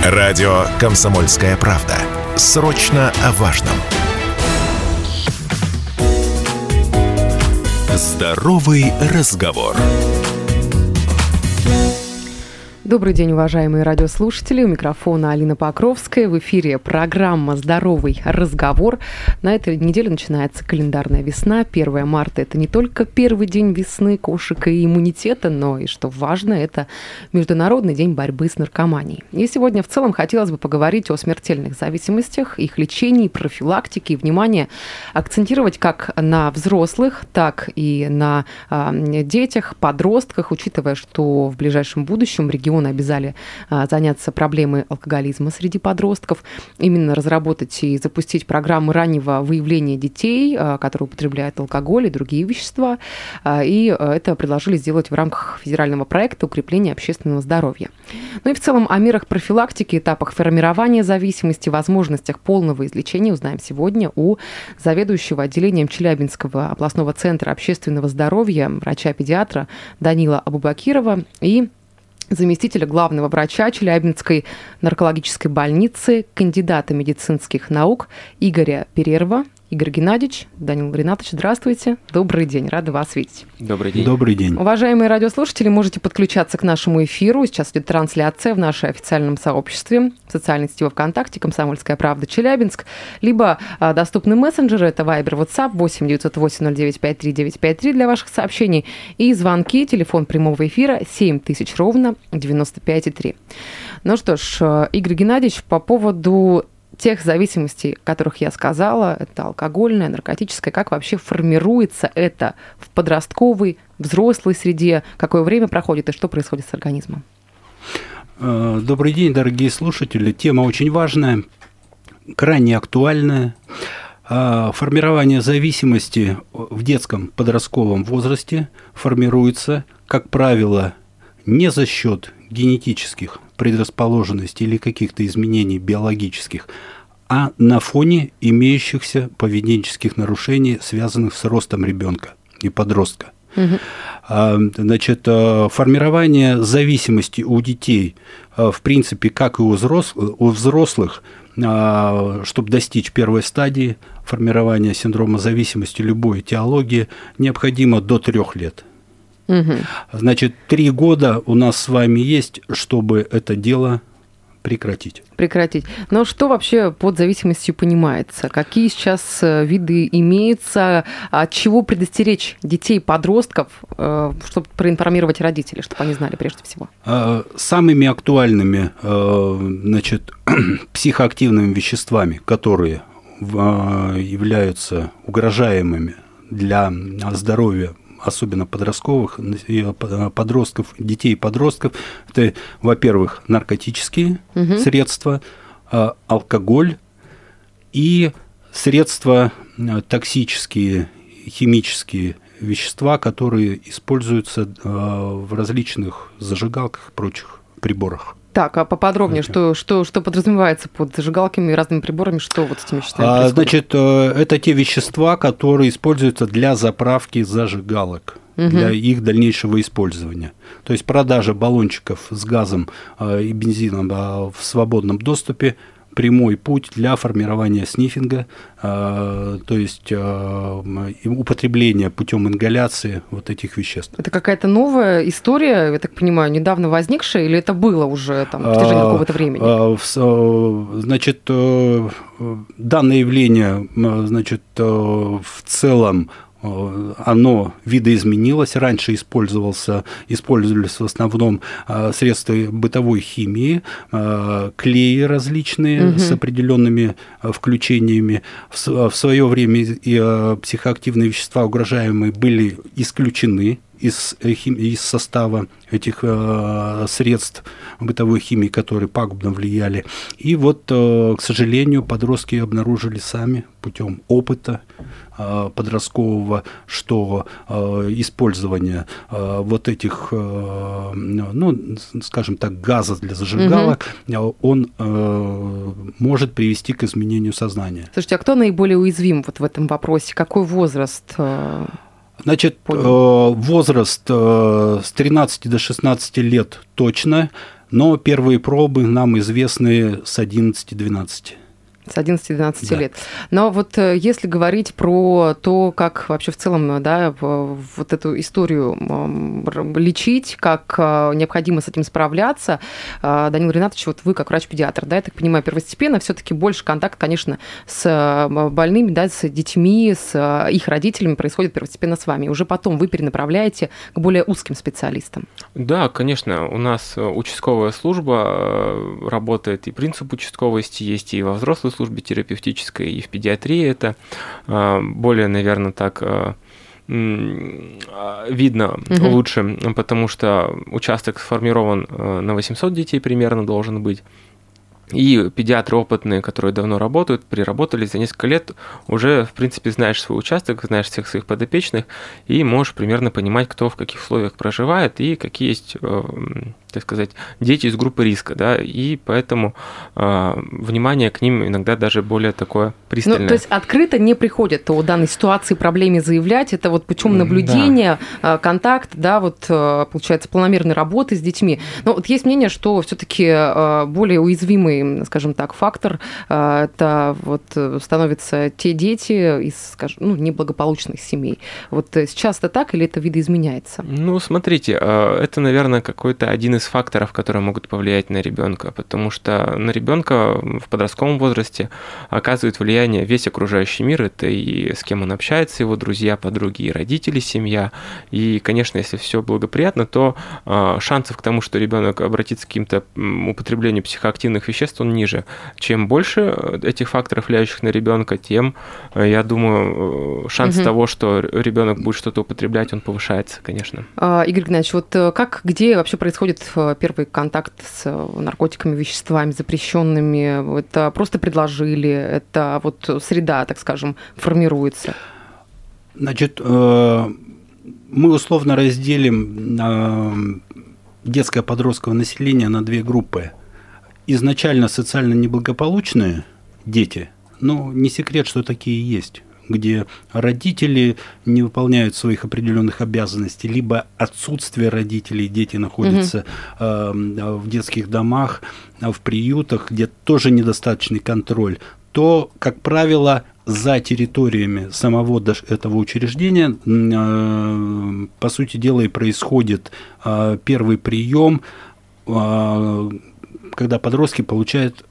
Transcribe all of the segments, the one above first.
Радио «Комсомольская правда». Срочно о важном. Здоровый разговор. Добрый день, уважаемые радиослушатели. У микрофона Алина Покровская. В эфире программа «Здоровый разговор». На этой неделе начинается календарная весна. 1 марта – это не только первый день весны, кошек и иммунитета, но и, что важно, это Международный день борьбы с наркоманией. И сегодня в целом хотелось бы поговорить о смертельных зависимостях, их лечении, профилактике и, внимание, акцентировать как на взрослых, так и на детях, подростках, учитывая, что в ближайшем будущем регион обязали заняться проблемой алкоголизма среди подростков, именно разработать и запустить программы раннего выявления детей, которые употребляют алкоголь и другие вещества. И это предложили сделать в рамках федерального проекта укрепления общественного здоровья. Ну и в целом о мерах профилактики, этапах формирования зависимости, возможностях полного излечения узнаем сегодня у заведующего отделением Челябинского областного центра общественного здоровья, врача-педиатра Данила Абубакирова и заместителя главного врача Челябинской наркологической больницы, кандидата медицинских наук Игоря Перерва. Игорь Геннадьевич, Данил Ринатович, здравствуйте. Добрый день, рада вас видеть. Добрый день. Добрый день. Уважаемые радиослушатели, можете подключаться к нашему эфиру. Сейчас идет трансляция в нашем официальном сообществе в социальной сети ВКонтакте «Комсомольская правда Челябинск», либо доступны мессенджеры, это Viber, WhatsApp 8 908 09 53 953 для ваших сообщений, и звонки, телефон прямого эфира 7000 ровно 95,3. Ну что ж, Игорь Геннадьевич, по поводу тех зависимостей, о которых я сказала, это алкогольная, наркотическая, как вообще формируется это в подростковой, взрослой среде, какое время проходит и что происходит с организмом? Добрый день, дорогие слушатели. Тема очень важная, крайне актуальная. Формирование зависимости в детском подростковом возрасте формируется, как правило, не за счет генетических предрасположенностей или каких-то изменений биологических, а на фоне имеющихся поведенческих нарушений, связанных с ростом ребенка и подростка. Значит, формирование зависимости у детей, в принципе, как и у взрослых, чтобы достичь первой стадии формирования синдрома зависимости любой этиологии, необходимо до 3 лет. Значит, 3 года у нас с вами есть, чтобы это дело прекратить. Но что вообще под зависимостью понимается? Какие сейчас виды имеются? От чего предостеречь детей, подростков, чтобы проинформировать родителей, чтобы они знали прежде всего? Самыми актуальными, значит, психоактивными веществами, которые являются угрожаемыми для здоровья, особенно подростковых, подростков, детей и подростков, это, во-первых, наркотические средства, алкоголь и средства токсические, химические вещества, которые используются в различных зажигалках и прочих приборах. Так, а поподробнее, что подразумевается под зажигалками и разными приборами, что вот с этими веществами происходит? Значит, это те вещества, которые используются для заправки зажигалок, для их дальнейшего использования. То есть продажа баллончиков с газом и бензином в свободном доступе – прямой путь для формирования снифинга, то есть употребление путем ингаляции вот этих веществ. Это какая-то новая история, я так понимаю, недавно возникшая, или это было уже там, в течение какого-то времени? Значит, данное явление, значит, в целом оно видоизменилось. Раньше использовались в основном средства бытовой химии, клеи различные с определенными включениями. В свое время психоактивные вещества угрожаемые были исключены из состава этих средств бытовой химии, которые пагубно влияли. И вот, к сожалению, подростки обнаружили сами путем опыта подросткового, что использование вот этих, ну, скажем так, газов для зажигалок, он может привести к изменению сознания. Слушайте, а кто наиболее уязвим вот в этом вопросе? Какой возраст? Значит, возраст с 13 до 16 лет точно. но первые пробы нам известны с 11-12. С 11-12 лет. Но вот если говорить про то, как вообще в целом, да, вот эту историю лечить, как необходимо с этим справляться, Данил Ринатович, вот вы как врач-педиатр, да, я так понимаю, первостепенно все-таки больше контакт, конечно, с больными, да, с детьми, с их родителями происходит первостепенно с вами. Уже потом вы перенаправляете к более узким специалистам. Да, конечно, у нас участковая служба работает, и принцип участковости есть и во взрослой службе терапевтической, и в педиатрии это более, наверное, так видно лучше, потому что участок сформирован на 800 детей примерно должен быть. И педиатры опытные, которые давно работают, приработались за несколько лет, уже, в принципе, знаешь свой участок, знаешь всех своих подопечных, и можешь примерно понимать, кто в каких условиях проживает и какие есть, так сказать, дети из группы риска, да, и поэтому внимание к ним иногда даже более такое пристальное. Ну, то есть открыто не приходят о данной ситуации, проблеме заявлять, это вот путем наблюдения, контакт, да, вот получается планомерной работы с детьми. Но вот есть мнение, что все-таки более уязвимый, скажем так, фактор, это вот становятся те дети из, скажем, неблагополучных семей. Вот сейчас это так или это видоизменяется? Ну, смотрите, это, наверное, какой-то один из факторов, которые могут повлиять на ребенка, потому что на ребенка в подростковом возрасте оказывает влияние весь окружающий мир, это и с кем он общается, его друзья, подруги, и родители, семья. И, конечно, если все благоприятно, то шансов к тому, что ребенок обратится к каким-то употреблению психоактивных веществ, он ниже. Чем больше этих факторов, влияющих на ребенка, тем, я думаю, шанс того, что ребенок будет что-то употреблять, он повышается, конечно. Игорь Геннадьевич, вот где вообще происходит первый контакт с наркотиками, веществами запрещенными? Это просто предложили, это вот среда, так скажем, формируется? Значит, мы условно разделим детское подростковое население на две группы. Изначально социально неблагополучные дети, но не секрет, что такие есть, где родители не выполняют своих определенных обязанностей, либо отсутствие родителей, дети находятся в детских домах, в приютах, где тоже недостаточный контроль, то, как правило, за территориями самого этого учреждения, по сути дела, и происходит первый прием, когда подростки получают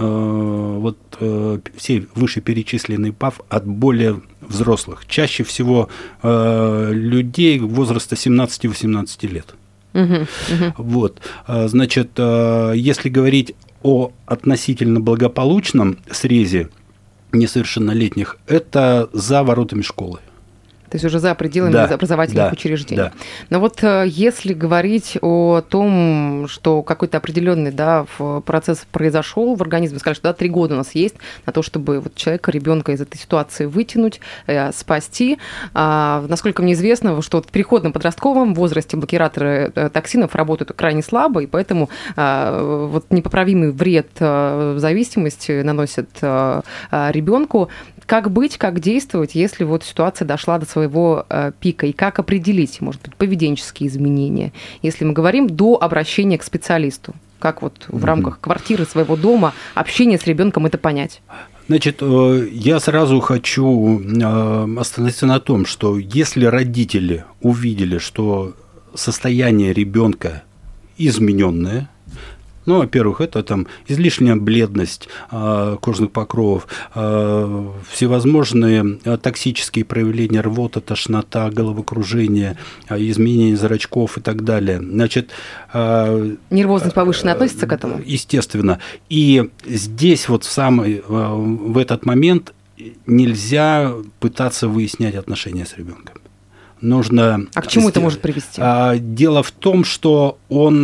все вышеперечисленные ПАВ от более взрослых. Чаще всего людей возраста 17-18 лет. Вот. Значит, если говорить о относительно благополучном срезе несовершеннолетних, это за воротами школы. То есть уже за пределами образовательных учреждений. Да. Но вот если говорить о том, что какой-то определенный процесс произошел в организме, сказали, что 3 года у нас есть на то, чтобы вот человека, ребенка из этой ситуации вытянуть, спасти. Насколько мне известно, что в переходном подростковом возрасте блокираторы токсинов работают крайне слабо, и поэтому вот непоправимый вред зависимости наносят ребенку. Как быть, как действовать, если вот ситуация дошла до своего пика, и как определить, может быть, поведенческие изменения, если мы говорим до обращения к специалисту? Как вот в рамках квартиры своего дома общение с ребенком это понять? Значит, я сразу хочу остановиться на том, что если родители увидели, что состояние ребенка измененное, ну, во-первых, это там излишняя бледность кожных покровов, всевозможные токсические проявления, рвота, тошнота, головокружение, изменение зрачков и так далее. Значит, нервозность повышенная относится к этому? Естественно. И здесь вот в этот момент нельзя пытаться выяснять отношения с ребенком. Нужно... А к чему это может привести? Дело в том, что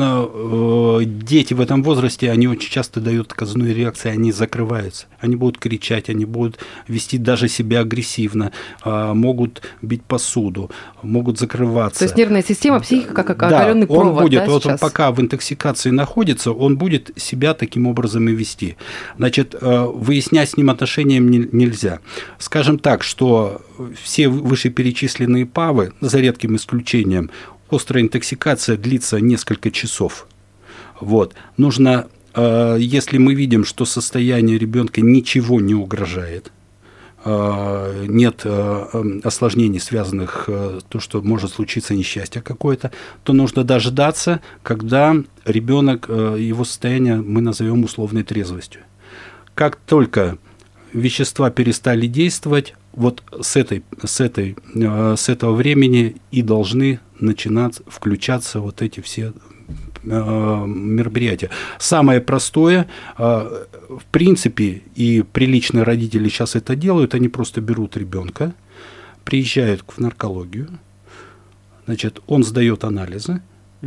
дети в этом возрасте, они очень часто дают отказную реакцию, они закрываются. Они будут кричать, они будут вести даже себя агрессивно, могут бить посуду, могут закрываться. То есть нервная система, психика, как оголенный провод, он будет, сейчас? Пока в интоксикации находится, он будет себя таким образом и вести. Значит, выяснять с ним отношения нельзя. Скажем так, что все вышеперечисленные ПАВы, за редким исключением, острая интоксикация длится несколько часов. Вот. Нужно, если мы видим, что состоянию ребенка ничего не угрожает, нет осложнений, связанных с тем, что может случиться несчастье какое-то, то нужно дождаться, когда ребенок, его состояние мы назовем условной трезвостью. Как только вещества перестали действовать, вот с этого времени и должны начинать включаться вот эти все мероприятия. Самое простое, в принципе, и приличные родители сейчас это делают, они просто берут ребенка, приезжают в наркологию, значит, он сдает анализы,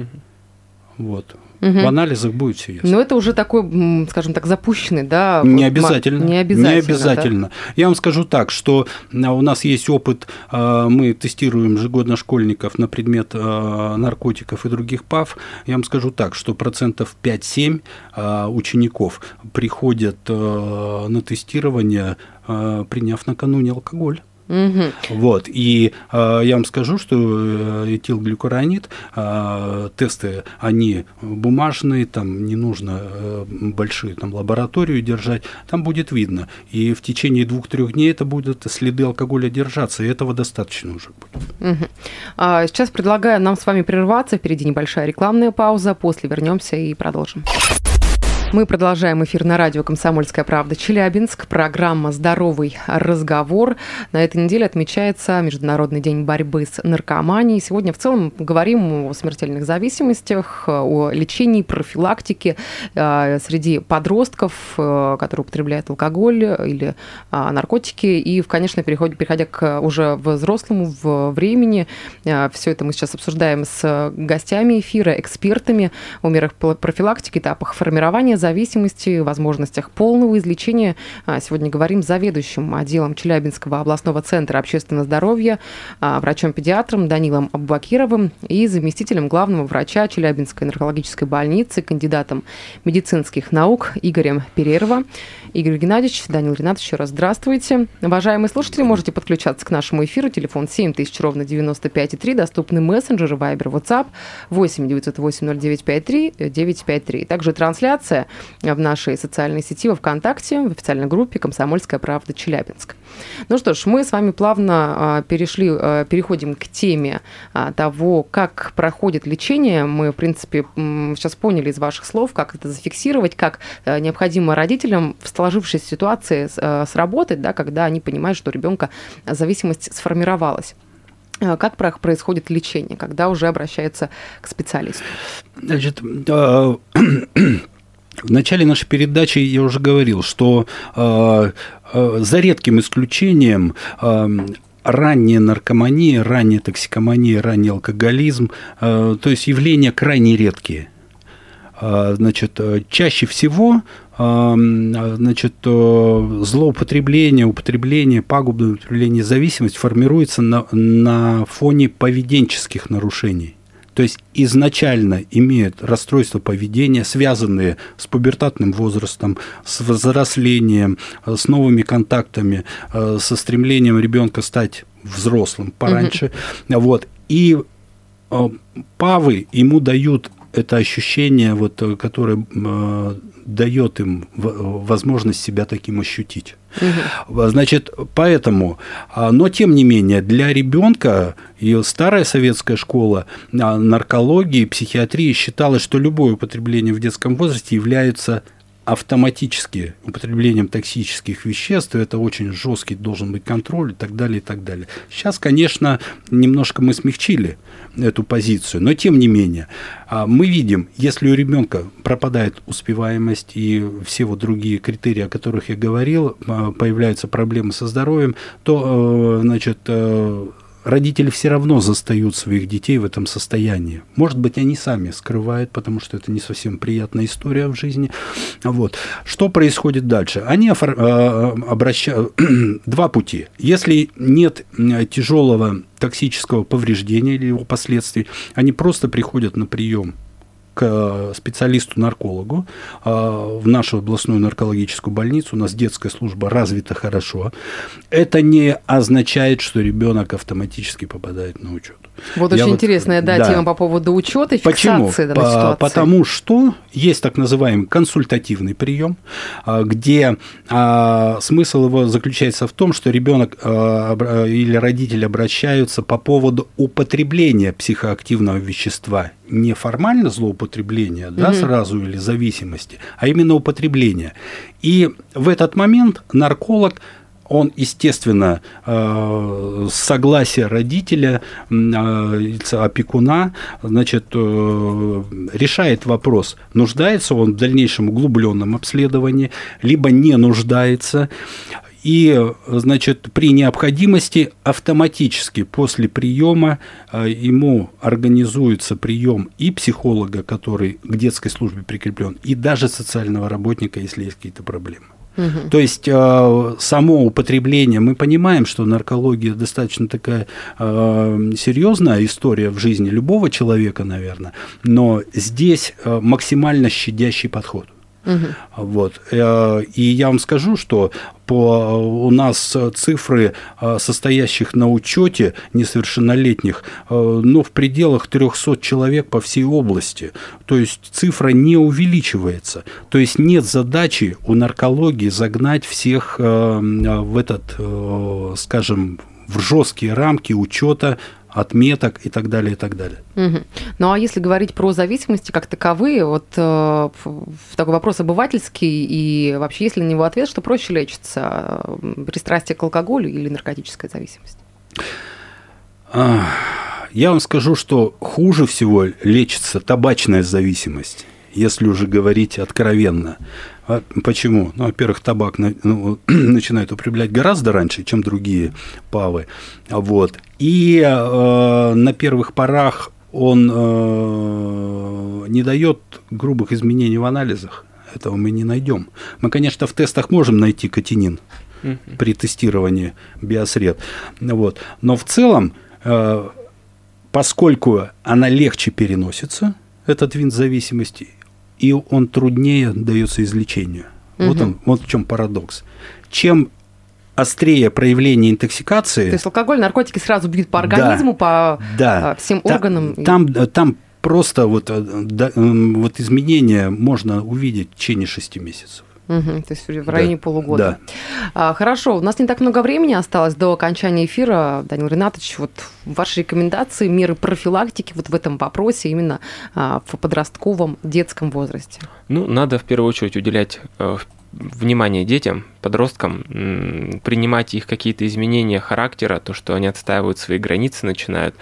вот. В анализах будет все ясно. Но это уже такой, скажем так, запущенный, да? Не обязательно. Не обязательно. Да? Я вам скажу так, что у нас есть опыт, мы тестируем ежегодно школьников на предмет наркотиков и других ПАВ. Я вам скажу так, что 5-7% учеников приходят на тестирование, приняв накануне алкоголь. Вот. И я вам скажу, что этилглюкуронид, тесты, они бумажные, там не нужно большие там, лабораторию держать, там будет видно. И в течение 2-3 дней это будут следы алкоголя держаться, и этого достаточно уже будет. Сейчас предлагаю нам с вами прерваться, впереди небольшая рекламная пауза, после вернемся и продолжим. Мы продолжаем эфир на радио «Комсомольская правда» Челябинск. Программа «Здоровый разговор». На этой неделе отмечается Международный день борьбы с наркоманией. Сегодня в целом говорим о смертельных зависимостях, о лечении, профилактике среди подростков, которые употребляют алкоголь или наркотики. И, конечно, переходя к уже взрослому времени, все это мы сейчас обсуждаем с гостями эфира, экспертами о мерах профилактики, этапах формирования зависимости, возможностях полного излечения. Сегодня говорим с заведующим отделом Челябинского областного центра общественного здоровья, врачом-педиатром Данилом Абубакировым и заместителем главного врача Челябинской наркологической больницы, кандидатом медицинских наук Игорем Перерва. Игорь Геннадьевич, Данил Ринатович, еще раз здравствуйте. Уважаемые слушатели, можете подключаться к нашему эфиру. Телефон 7000 ровно 95,3. Доступны мессенджеры Viber, WhatsApp 8 908 0953 953. Также трансляция в нашей социальной сети во ВКонтакте, в официальной группе «Комсомольская правда Челябинск». Ну что ж, мы с вами плавно переходим к теме того, как проходит лечение. Мы, в принципе, сейчас поняли из ваших слов, как это зафиксировать, как необходимо родителям в сложившейся ситуации сработать, да, когда они понимают, что у ребенка зависимость сформировалась. Как происходит лечение, когда уже обращаются к специалисту? Значит, в начале нашей передачи я уже говорил, что за редким исключением ранняя наркомания, ранняя токсикомания, ранний алкоголизм, то есть явления крайне редкие. Значит, чаще всего злоупотребление, пагубное употребление, зависимость формируется на фоне поведенческих нарушений. То есть изначально имеют расстройства поведения, связанные с пубертатным возрастом, с взрослением, с новыми контактами, со стремлением ребенка стать взрослым пораньше. Вот. И ПАВы ему дают это ощущение, вот, которое дает им возможность себя таким ощутить. Значит, поэтому, но тем не менее, для ребенка и старая советская школа наркологии, психиатрии считала, что любое употребление в детском возрасте является автоматически употреблением токсических веществ, это очень жесткий должен быть контроль и так далее, и так далее. Сейчас, конечно, немножко мы смягчили эту позицию, но тем не менее, мы видим, если у ребенка пропадает успеваемость и все вот другие критерии, о которых я говорил, появляются проблемы со здоровьем, то, значит, родители все равно застают своих детей в этом состоянии. Может быть, они сами скрывают, потому что это не совсем приятная история в жизни. Вот. Что происходит дальше? Они обращают два пути. Если нет тяжелого токсического повреждения или его последствий, они просто приходят на прием к специалисту-наркологу в нашу областную наркологическую больницу. У нас детская служба развита хорошо. Это не означает, что ребенок автоматически попадает на учет. Вот очень интересная тема по поводу учета и фиксации данной ситуации. Потому что есть так называемый консультативный прием, где смысл его заключается в том, что ребенок или родитель обращаются по поводу употребления психоактивного вещества. Не формально злоупотребление, сразу или зависимости, а именно употребление. И в этот момент нарколог, он, естественно, с согласия родителя, опекуна, значит, решает вопрос, нуждается он в дальнейшем углубленном обследовании, либо не нуждается. И, значит, при необходимости автоматически после приема ему организуется прием и психолога, который к детской службе прикреплен, и даже социального работника, если есть какие-то проблемы. Угу. То есть само употребление, мы понимаем, что наркология достаточно такая серьезная история в жизни любого человека, наверное, но здесь максимально щадящий подход. Угу. Вот. И я вам скажу, что у нас цифры состоящих на учете несовершеннолетних, в пределах 300 человек по всей области. То есть цифра не увеличивается. То есть нет задачи у наркологии загнать всех в этот, скажем, в жесткие рамки учета, отметок и так далее, и так далее. Угу. Ну, а если говорить про зависимости как таковые, вот такой вопрос обывательский, и вообще, если на него ответ, что проще лечится, пристрастие к алкоголю или наркотическая зависимость? Я вам скажу, что хуже всего лечится табачная зависимость, если уже говорить откровенно. Почему? Во-первых, табак начинают употреблять гораздо раньше, чем другие ПАВы. Вот. И на первых порах он не дает грубых изменений в анализах. Этого мы не найдем. Мы, конечно, в тестах можем найти катинин при тестировании биосред. Вот. Но в целом, поскольку она легче переносится, этот вид зависимости, и он труднее дается излечению. Угу. Вот в чем парадокс. Чем острее проявление интоксикации... То есть алкоголь, наркотики сразу бьют по организму, по всем органам? Там просто вот изменения можно увидеть в течение 6 месяцев. Угу, то есть в районе полугода. Да. Хорошо, у нас не так много времени осталось до окончания эфира. Данил Ринатович, вот ваши рекомендации, меры профилактики вот в этом вопросе именно в подростковом детском возрасте? Надо в первую очередь уделять внимание детям, подросткам, принимать их какие-то изменения характера, то, что они отстаивают свои границы, начинают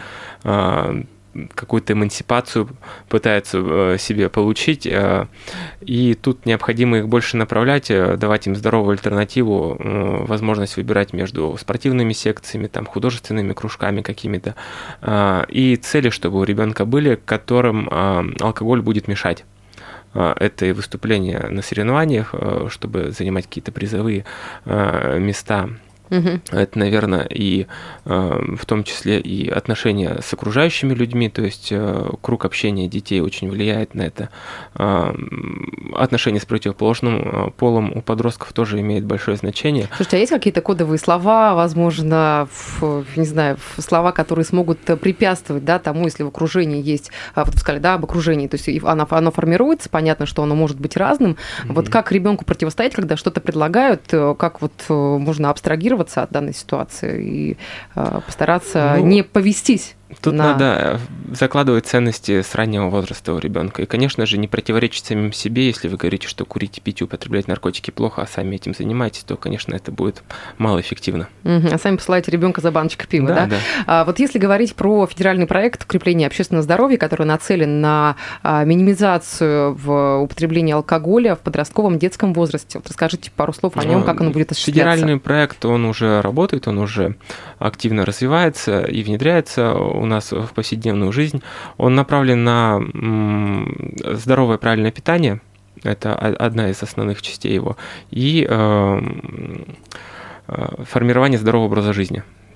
какую-то эмансипацию пытаются себе получить, и тут необходимо их больше направлять, давать им здоровую альтернативу, возможность выбирать между спортивными секциями, художественными кружками какими-то, и цели, чтобы у ребенка были, которым алкоголь будет мешать. Это и выступления на соревнованиях, чтобы занимать какие-то призовые места. Это, наверное, и в том числе и отношения с окружающими людьми, то есть круг общения детей очень влияет на это. Отношения с противоположным полом у подростков тоже имеет большое значение. Слушайте, а есть какие-то кодовые слова, возможно, слова, которые смогут препятствовать тому, если в окружении есть, вот вы сказали, об окружении, то есть оно формируется, понятно, что оно может быть разным. Вот как ребенку противостоять, когда что-то предлагают, как можно абстрагироваться от данной ситуации и постараться не повестись? Тут надо закладывать ценности с раннего возраста у ребенка. И, конечно же, не противоречить самим себе, если вы говорите, что курить, пить и употреблять наркотики плохо, а сами этим занимаетесь, то, конечно, это будет малоэффективно. А сами посылаете ребенка за баночкой пива, да? Да. Вот если говорить про федеральный проект укрепления общественного здоровья, который нацелен на минимизацию в употреблении алкоголя в подростковом детском возрасте, вот расскажите пару слов о нем, как оно будет осуществляться. Федеральный проект, он уже работает, он уже активно развивается и внедряется у нас в повседневную жизнь. Он направлен на здоровое правильное питание, это одна из основных частей его, и формирование здорового образа жизни.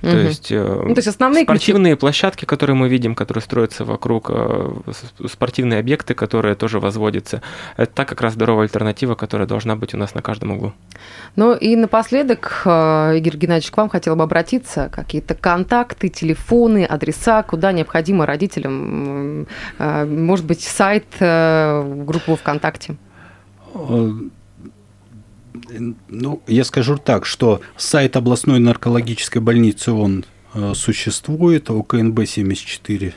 То есть основные спортивные площадки, которые мы видим, которые строятся вокруг, спортивные объекты, которые тоже возводятся, это та как раз здоровая альтернатива, которая должна быть у нас на каждом углу. Ну и напоследок, Игорь Геннадьевич, к вам хотела бы обратиться. Какие-то контакты, телефоны, адреса, куда необходимо родителям, может быть, сайт, группу ВКонтакте? Ну, я скажу так, что сайт областной наркологической больницы, он существует, ОКНБ74.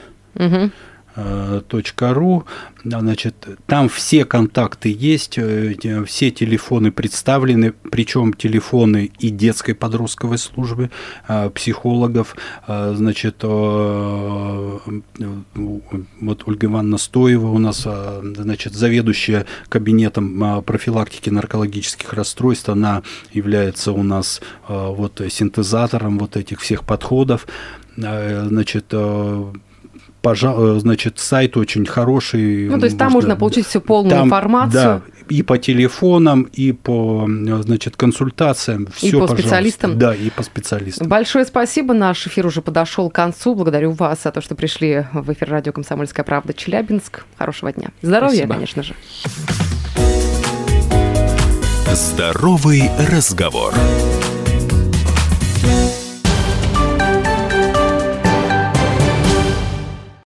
.ру, значит, там все контакты есть, все телефоны представлены, причем телефоны и детской подростковой службы, психологов, значит, вот Ольга Ивановна Стоева у нас, значит, заведующая кабинетом профилактики наркологических расстройств, она является у нас вот синтезатором вот этих всех подходов, значит, значит, сайт очень хороший. Ну, то есть там можно получить всю полную информацию. Да, и по телефонам, и по, значит, консультациям. И по специалистам. Да, и по специалистам. Большое спасибо. Наш эфир уже подошел к концу. Благодарю вас за то, что пришли в эфир радио «Комсомольская правда» Челябинск. Хорошего дня. Здоровья, Спасибо. Конечно же. Здоровый разговор.